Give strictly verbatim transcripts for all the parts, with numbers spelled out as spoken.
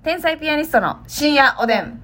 天才ピアニストの深夜おでん。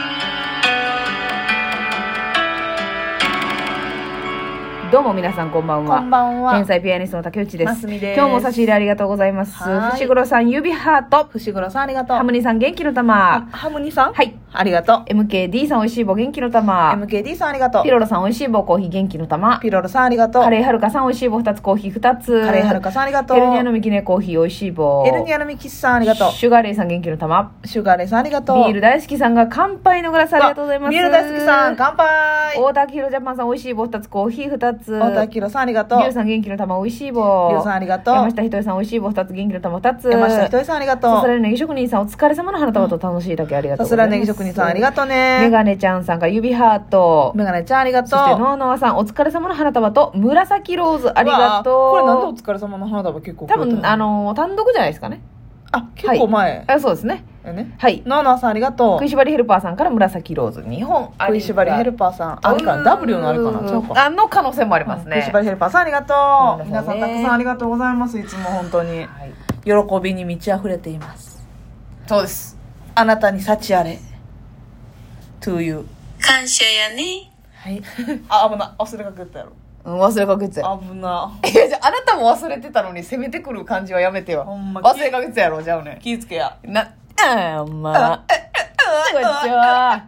どうも皆さんこんばんは。 こんばんは。 天才ピアニストの竹内です。 ますみです。 今日も差し入れありがとうございます。伏黒さん指ハート。 伏黒さんありがとう。 ハムニさん元気の玉。 ハムニさん、 はい、 ありがとう。 エムケーディー さんおいしい棒元気の玉。 エムケーディー さんありがとう。 ピロロさんおいしい棒コーヒー元気の玉。 ピロロさんありがとう。 カレーはるかさんおいしい棒ふたつコーヒーふたつ。 カレーはるかさんありがとう。 エルニアのミキネコーヒーおいしい棒。 エルニアのミキスさんありがとう。 シュガーレイさん元気の玉。 シュガーレイさんありがとう。 ビール大好きさんが乾杯のグラスありがとうございます。 ビール大好きさん乾杯。 大田明宏ジャパンさんおいしい棒ふたつコーヒーふたつ。 大田明宏さんありがとう。 リュウさん元気の玉おいしい棒。 リュウさんありがとう。 山下ひとりさんおいしい棒ふたつ元気の玉ふたつ。 山下ひとりさんありがとう。 さすらいネギ職人さんお疲れ様の花束と楽しいだけありがとうさすらございます。 いネギ職人さんありがとうね。 メガネちゃんさんが指ハート。 メガネちゃんありがとう。 そしてノーノアさんお疲れ様の花束と紫ローズありがとう。 これなんでお疲れ様の花束結構多分あのー、単独じゃないですかね。 あ、結構前、 はい、あそうですね。 ね、 はい。 ノーノアさんありがとう。 食いしばりヘルパーさんから紫ローズにほんありがとう。 食いしばりヘルパーさんあるかな、 ダブリュー のあるかな、ちゃうか、 あの可能性もありますね。 食いしばりヘルパーさんありがとう。皆さんたくさんありがとうございます。いつも本当に、はい、喜びに満ち溢れています。 そうです。 あなたに幸あれ to you 感謝やね。 はい。あ、危な、忘れかけたやろ。 うん、忘れかけてたよ。 危な。 いや、じゃあ、あなたも忘れてたのに攻めてくる感じはやめてよ。 ほんま忘れかけてたやろ、じゃあね。 気ぃつけや。 な、あー、まあ。こんにちは。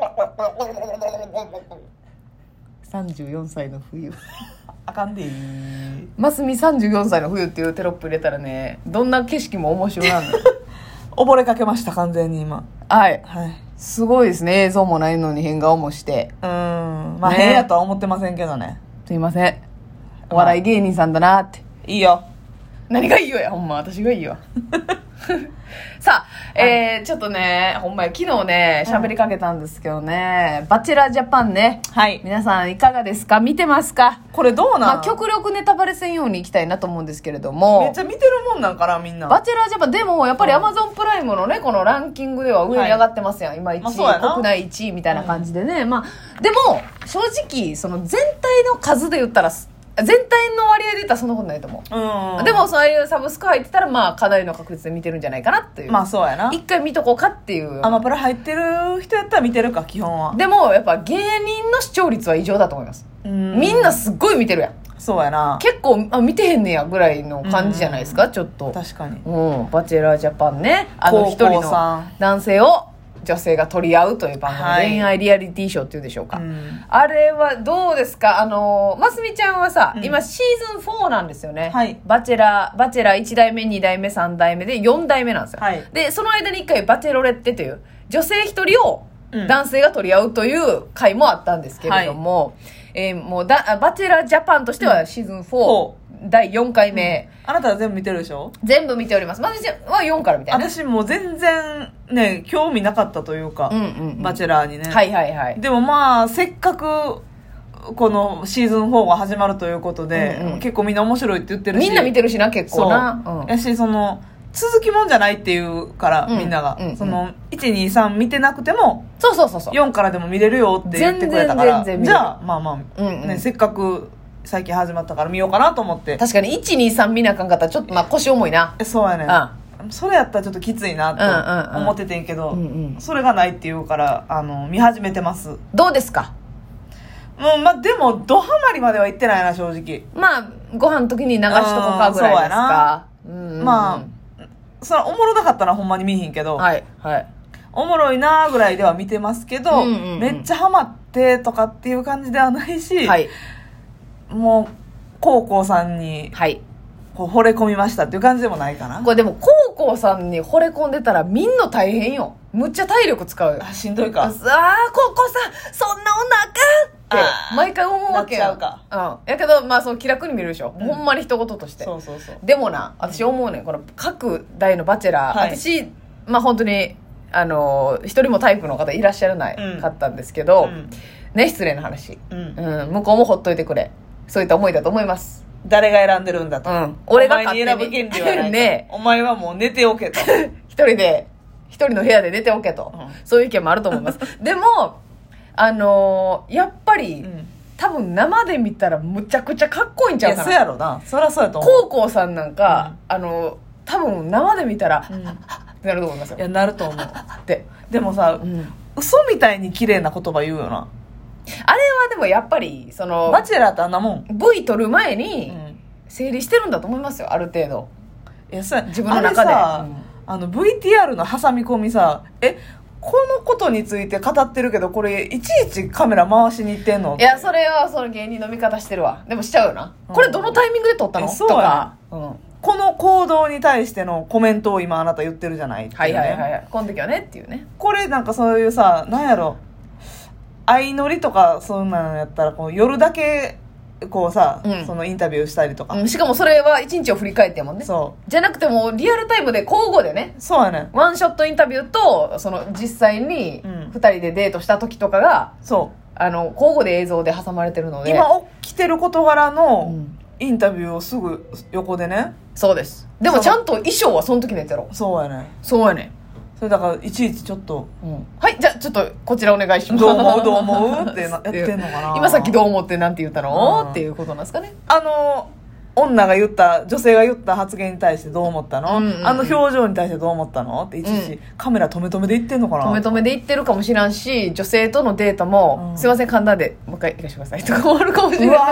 さんじゅうよんさいの冬。 あかんでー。 ますみさんじゅうよんさいの冬っていうテロップ入れたらね、どんな景色も面白いなの。 溺れかけました、完全に今。 はい。 はい。 すごいですね。映像もないのに変顔もして。 うーん。まあ、 ね、 変やとは思ってませんけどね。 すいません。お笑い芸人さんだなって。 いいよ。 何がいいよや、ほんま。私がいいよ。さあ、はい、えー、ちょっとね、ほんまや、昨日ね、喋りかけたんですけどね、うん、バチェラージャパンね。 はい。 皆さんいかがですか？見てますか？ これどうなん？ まあ、極力ネタバレせんようにいきたいなと思うんですけれども。 めっちゃ見てるもんなんかな、みんな。 バチェラージャパン、でもやっぱりアマゾンプライムのね、このランキングでは上に上がってますやん。はい、今いちい、まあ、国内いちいみたいな感じでね。うん、まあ、でも、正直、その全体の数で言ったら、全体の割合で言ったらそんなことないと思う、うん、でもそういうサブスク入ってたらまあかなりの確率で見てるんじゃないかなっていう。 まあそうやな、 一回見とこうかっていう。 アマプラ入ってる人やったら見てるか、基本は。 でもやっぱ芸人の視聴率は異常だと思います。うん、みんなすっごい見てるやん。 そうやな、 結構あ見てへんねやぐらいの感じじゃないですか、ちょっと。 確かに。 うん、バチェラージャパンね、あの一人の男性を女性が取り合うという番組、はい、恋愛リアリティショーっていうんでしょうか、うん、あれはどうですか？あのますみちゃんはさ、うん、今シーズンフォーなんですよね、はい、バチェラーバチェラーいちだいめにだいめさんだいめでよんだいめなんですよ、はい、でその間にいっかいバチェロレッテという女性ひとりを男性が取り合うという回もあったんですけれども、はい、えー、もうだバチェラージャパンとしてはシーズンフォー、うん、だいよんかいめ、 うん、あなたは全部見てるでしょ？全部見ております。私はよんからみたいな。 私もう全然ね興味なかったというか、うんうんうん、バチェラーにね。 はいはいはい。 でもまあせっかくこのシーズンフォーが始まるということで、うんうん、結構みんな面白いって言ってるし、 みんな見てるしな、結構な。 そう、うん、やしその続きもんじゃないっていうから、うん、みんなが、うんうん、そのいちにさん見てなくてもそうそうそうそうよんからでも見れるよって言ってくれたから、 全然全然見れる。 じゃあまあまあ、うんうん、ね、せっかく最近始まったから見ようかなと思って。 確かにいちにさん見なあかんかったらちょっとまあ腰重いな。 そうやね、うん、それやったらちょっときついなと思っててんけど、うんうんうん、それがないっていうからあの見始めてます。 どうですか？ もう、まあ、でもドハマりまでは行ってないな、正直。 まあご飯の時に流しとこかぐらいですか。 うん、そうやな、うんうん、まあそれおもろなかったらほんまに見ひんけど、 はいはい、 おもろいなぐらいでは見てますけど、うんうんうん、めっちゃハマってとかっていう感じではないし、はい、もう高校さんに、はい、こう惚れ込みましたっていう感じでもないかな。 これでも高校さんに惚れ込んでたらみんな大変よ。むっちゃ体力使うよ。 あ、しんどいか。ああ、高校さんそんな女あかんって毎回思うわけよ。 なっちゃうか。 うん。やけどまあそう気楽に見るでしょ、うん、ほんまに一言として。 そうそうそう。 でもな、私思うねん、この各代のバチェラー、はい、私まあ本当にあの一人もタイプの方いらっしゃらないかったんですけど、うん、ね、失礼な話、うんうん、向こうもほっといてくれ、そういった思いだと思います。 誰が選んでるんだと、うん、 俺が勝手に選ぶ権利はないね、お前はもう寝ておけと一人で一人の部屋で寝ておけと、うん、そういう意見もあると思いますでもあのー、やっぱり、うん、多分生で見たらむちゃくちゃかっこいいんちゃうかな。 いや、そうやろな、そりゃそうやと思う。 高校さんなんか、うん、あのー、多分生で見たら、うん、 てなると思いますよ。 いやなると思うででもさ、うん、嘘みたいに綺麗な言葉言うよな。 あれはでもやっぱりそのバチェラーってあんなもん V 取る前に整理してるんだと思いますよ、ある程度。 いやさ自分の中であ,、うん、 あの ブイティーアール の挟み込みさ、えこのことについて語ってるけどこれいちいちカメラ回しに行ってんの。 いやそれはその芸人の見方してるわ。でもしちゃうよな、うん、これどのタイミングで撮ったのそうとか、うん、 この行動に対してのコメントを今あなた言ってるじゃないっていう、ね、 はいはいはいこの時はねっていうね。 これなんかそういうさ、なんやろ相乗りとかそんなのやったらこう夜だけこうさ、うん、そのインタビューしたりとか、 うん、しかもそれは一日を振り返ってもんね。そうじゃなくてもリアルタイムで交互でね。 そうやね。 ワンショットインタビューとその実際にふたりでデートした時とかが、 うん、そうあの交互で映像で挟まれてるので今起きてる事柄のインタビューをすぐ横でね、 うん、そうです。でもちゃんと衣装はその時のやつやろ。 そうやねそうやね。 それだからいちいちちょっと、 うん、はいじゃあちょっとこちらお願いします。 どう思うどう思うってやってんのかな。 今さっきどう思ってなんて言ったの、うん、っていうことなんですかね。 あの女が言った女性が言った発言に対してどう思ったの、うんうんうん、あの表情に対してどう思ったのっていちいち、うん、カメラ止め止めで言ってんのかな。 止め止めで言ってるかもしらんし、女性とのデートも、うん、すいません噛んだんでもう一回行かせてくださいとかもあるかもしれない。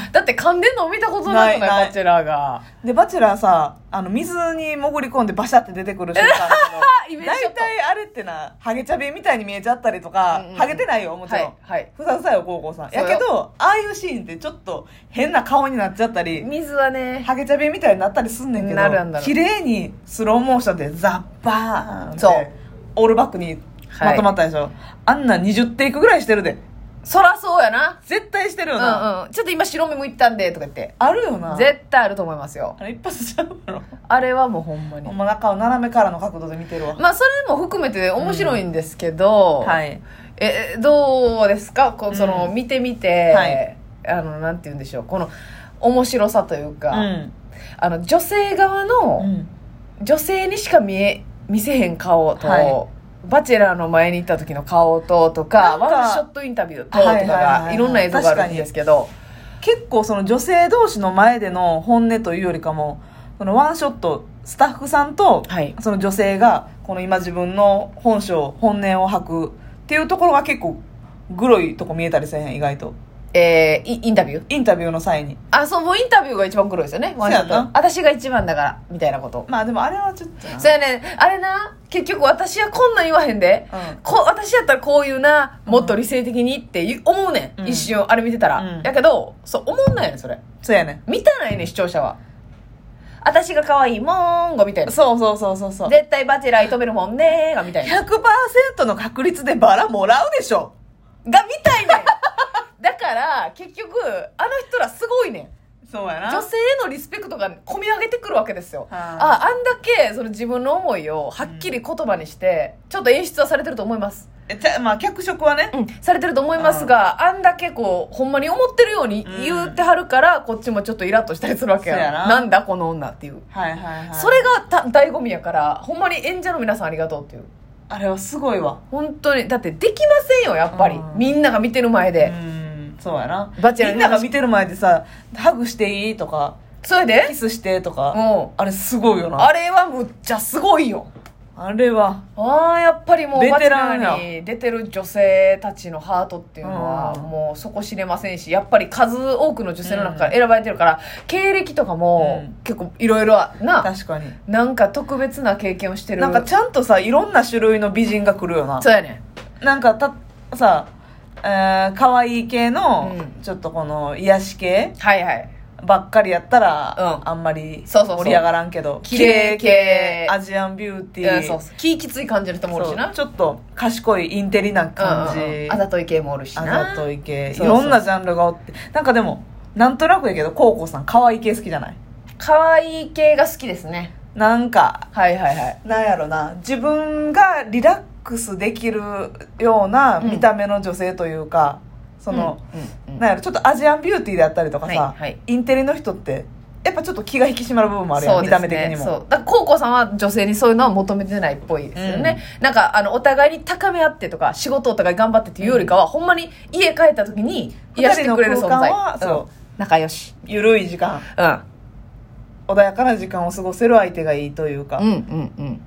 だって噛んでんのを見たことなくないバチェラーが。 でバチェラーさあの水に潜り込んでバシャって出てくる瞬間だけど大体あれってなハゲチャビみたいに見えちゃったりとか、うんうん、ハゲてないよもちろん、はいはい、ふさふさよ高校さんやけどああいうシーンってちょっと変な顔になっちゃったり水はねハゲチャビみたいになったりすんねんけど綺麗にスローモーションでザッバーンってそうオールバックにまとまったでしょ、はい、あんなにじゅうテイクぐらいしてるで。 そらそうやな。 絶対してるよな、 うんうん、ちょっと今白目向いたんでとか言ってあるよな。 絶対あると思いますよ。 あれ一発ちゃうやろ。 あれはもうほんまにほんま中を斜めからの角度で見てるわ。 まあそれも含めて面白いんですけど、 うん、はいえどうですかこうその、うん、見てみて、はい、あのなんて言うんでしょうこの面白さというか、うん、あの女性側の、うん、女性にしか見え見せへん顔と、はいバチェラーの前に行った時の顔ととかワンショットインタビューととかがいろんな映像があるんですけど、 結構その女性同士の前での本音というよりかもそのワンショットスタッフさんとその女性がこの今自分の本性本音を吐くっていうところが結構グロいとこ見えたりせえへん意外と。 えー、インタビューインタビューの際にあそうもうインタビューが一番黒いですよね。ワンショット私が一番だからみたいなこと。 まあでもあれはちょっとなそうやねあれな結局私はこんなん言わへんで、うん、こ私やったらこういうなもっと理性的にって思うねん、うん、一瞬あれ見てたら、うん、やけどそう思んないよねそれ。 そうやね見たないね視聴者は。私が可愛いもーんごみたいな。 そうそうそうそうそう絶対バチェラー射止めるもんねーがみたいなひゃくパーセント の確率でバラもらうでしょがみたいねだから結局あの人らすごいねん。 そうやな女性へのリスペクトが込み上げてくるわけですよ。ああんだけその自分の思いをはっきり言葉にして、うん、ちょっと演出はされてると思います。 えじゃまあ脚色はね、 うん、されてると思いますが、あんだけこうほんまに思ってるように言ってはるから、うん、こっちもちょっとイラッとしたりするわけや。ななんだこの女っていう、 はいはいはい、 それがた醍醐味やからほんまに演者の皆さんありがとうっていう。 あれはすごいわ本当に。だってできませんよやっぱり、うん、みんなが見てる前で、 うんそうやなバチェラーみんなが見てる前でさハグしていいとかそれでキスしてとか、 うん、 あれすごいよな。 あれはむっちゃすごいよ。 あれはああやっぱりもうバチェラーに出てる女性たちのハートっていうのはもう底知れませんし、やっぱり数多くの女性の中から選ばれてるから、うん、経歴とかも結構いろいろな、 確かになんか特別な経験をしてる。 なんかちゃんとさいろんな種類の美人が来るよな。 そうやねなんかたさえー、可愛い系の、うん、ちょっとこの癒し系、 はいはい、 ばっかりやったら、 うん、 あんまり盛り上がらんけど、 綺麗系アジアンビューティー、 うん、そうそう気きつい感じの人もおるしな。 ちょっと賢いインテリな感じ、うんうんうん、 あざとい系もおるしな。 あざとい系いろんなジャンルがおって、なんかでもなんとなくやけどコウコさん可愛い系好きじゃない？ 可愛い系が好きですね。 なんかはいはいはい、 なんやろな、自分がリラックスできるような見た目の女性というか、うん、その、うんうんうん、なんやろちょっとアジアンビューティーであったりとかさ、はいはい、インテリの人ってやっぱちょっと気が引き締まる部分もあるよ、ね、見た目的にも。 そうだからコウコさんは女性にそういうのは求めてないっぽいですよね、うん、なんかあのお互いに高め合ってとか仕事をお互い頑張ってっていうよりかは、うん、ほんまに家帰った時に癒してくれる存在、 そう、 うん、仲良しゆるい時間、 うん、 穏やかな時間を過ごせる相手がいいというか、 うんうんうん、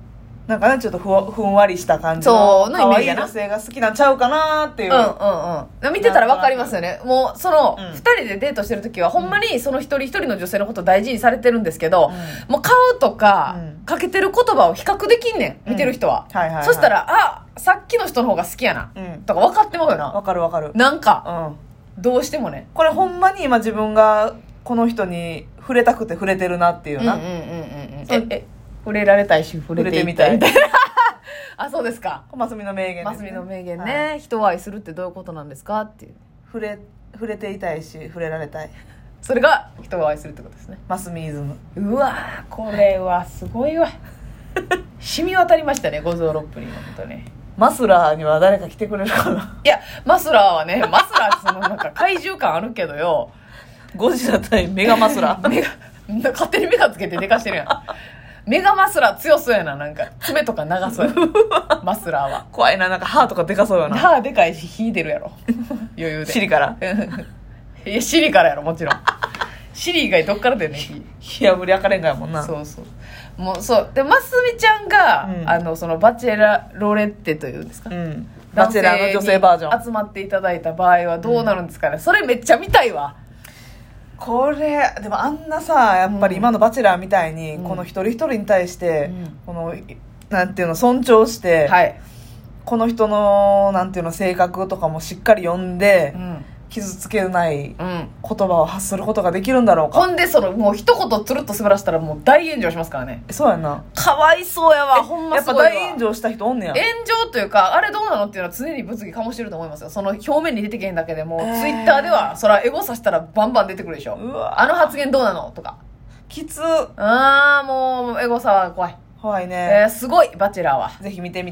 なんかねちょっと ふ, ふんわりした感じの可愛い女性が好きなんちゃうかなっていう。 うんうんうん。見てたら分かりますよね。もうそのふたりでデートしてる時は、ほんまにその一人一人の女性のことを大事にされてるんですけど、うん、もう顔とか、うん、かけてる言葉を比較できんねん、見てる人は。うんはいはいはい、そしたらあさっきの人の方が好きやな、うん、とか分かってもうよな。 分かる分かる。 なんか、うん、どうしてもねこれほんまに今自分がこの人に触れたくて触れてるなっていうな。うんうんうんうん。 ええ触れられたいし触れてみたいみたいな。あ、そうですか。 マスミの名言ですね。 マスミの名言ね、はい、人を愛するってどういうことなんですかっていう。 触れ触れていたいし触れられたい。 それが人を愛するってことですね。 マスミイズム。 うわーこれはすごいわ。染み渡りましたね五臓六腑に本当に。 マスラーには誰か来てくれるかな。 いやマスラーはね、マスラーってそのなんか怪獣感あるけどよ。 ゴジラ対メガマスラー。 メガ勝手にメガつけてでかしてるやん。メガマスラー強そうやな。なんか爪とか長そうやな。マスラーは怖いな。なんか歯とかでかそうやな。 歯でかいし火出るやろ余裕で。 尻からいや尻からやろもちろん。尻以外どっから出るねん。 火破り赤レンガやもんな。 そうそう。もうそうでますみちゃんが、うん、あのそのバチェラロレッテというんですか、うん、 バチェラーの女性バージョン集まっていただいた場合はどうなるんですかね、うん、それめっちゃ見たいわ。 これでもあんなさやっぱり今のバチェラーみたいに、うん、この一人一人に対して、うん、このなんていうの尊重して、はい、この人のなんていうの性格とかもしっかり読んで、うん傷つけない言葉を発することができるんだろうか、 うん、ほんでそのもう一言つるっと滑らせたらもう大炎上しますからね。 そうやな。 かわいそうやわほんますごいわ。 やっぱ大炎上した人おんねや。 炎上というかあれどうなのっていうのは常に物議醸してると思いますよ。その表面に出てけへんだけでも、えー、ツイッターではそらエゴさしたらバンバン出てくるでしょ。うわあの発言どうなのとかきつ。 あーもうエゴさは怖い怖いね、 えー、すごいバチェラーはぜひ見てみ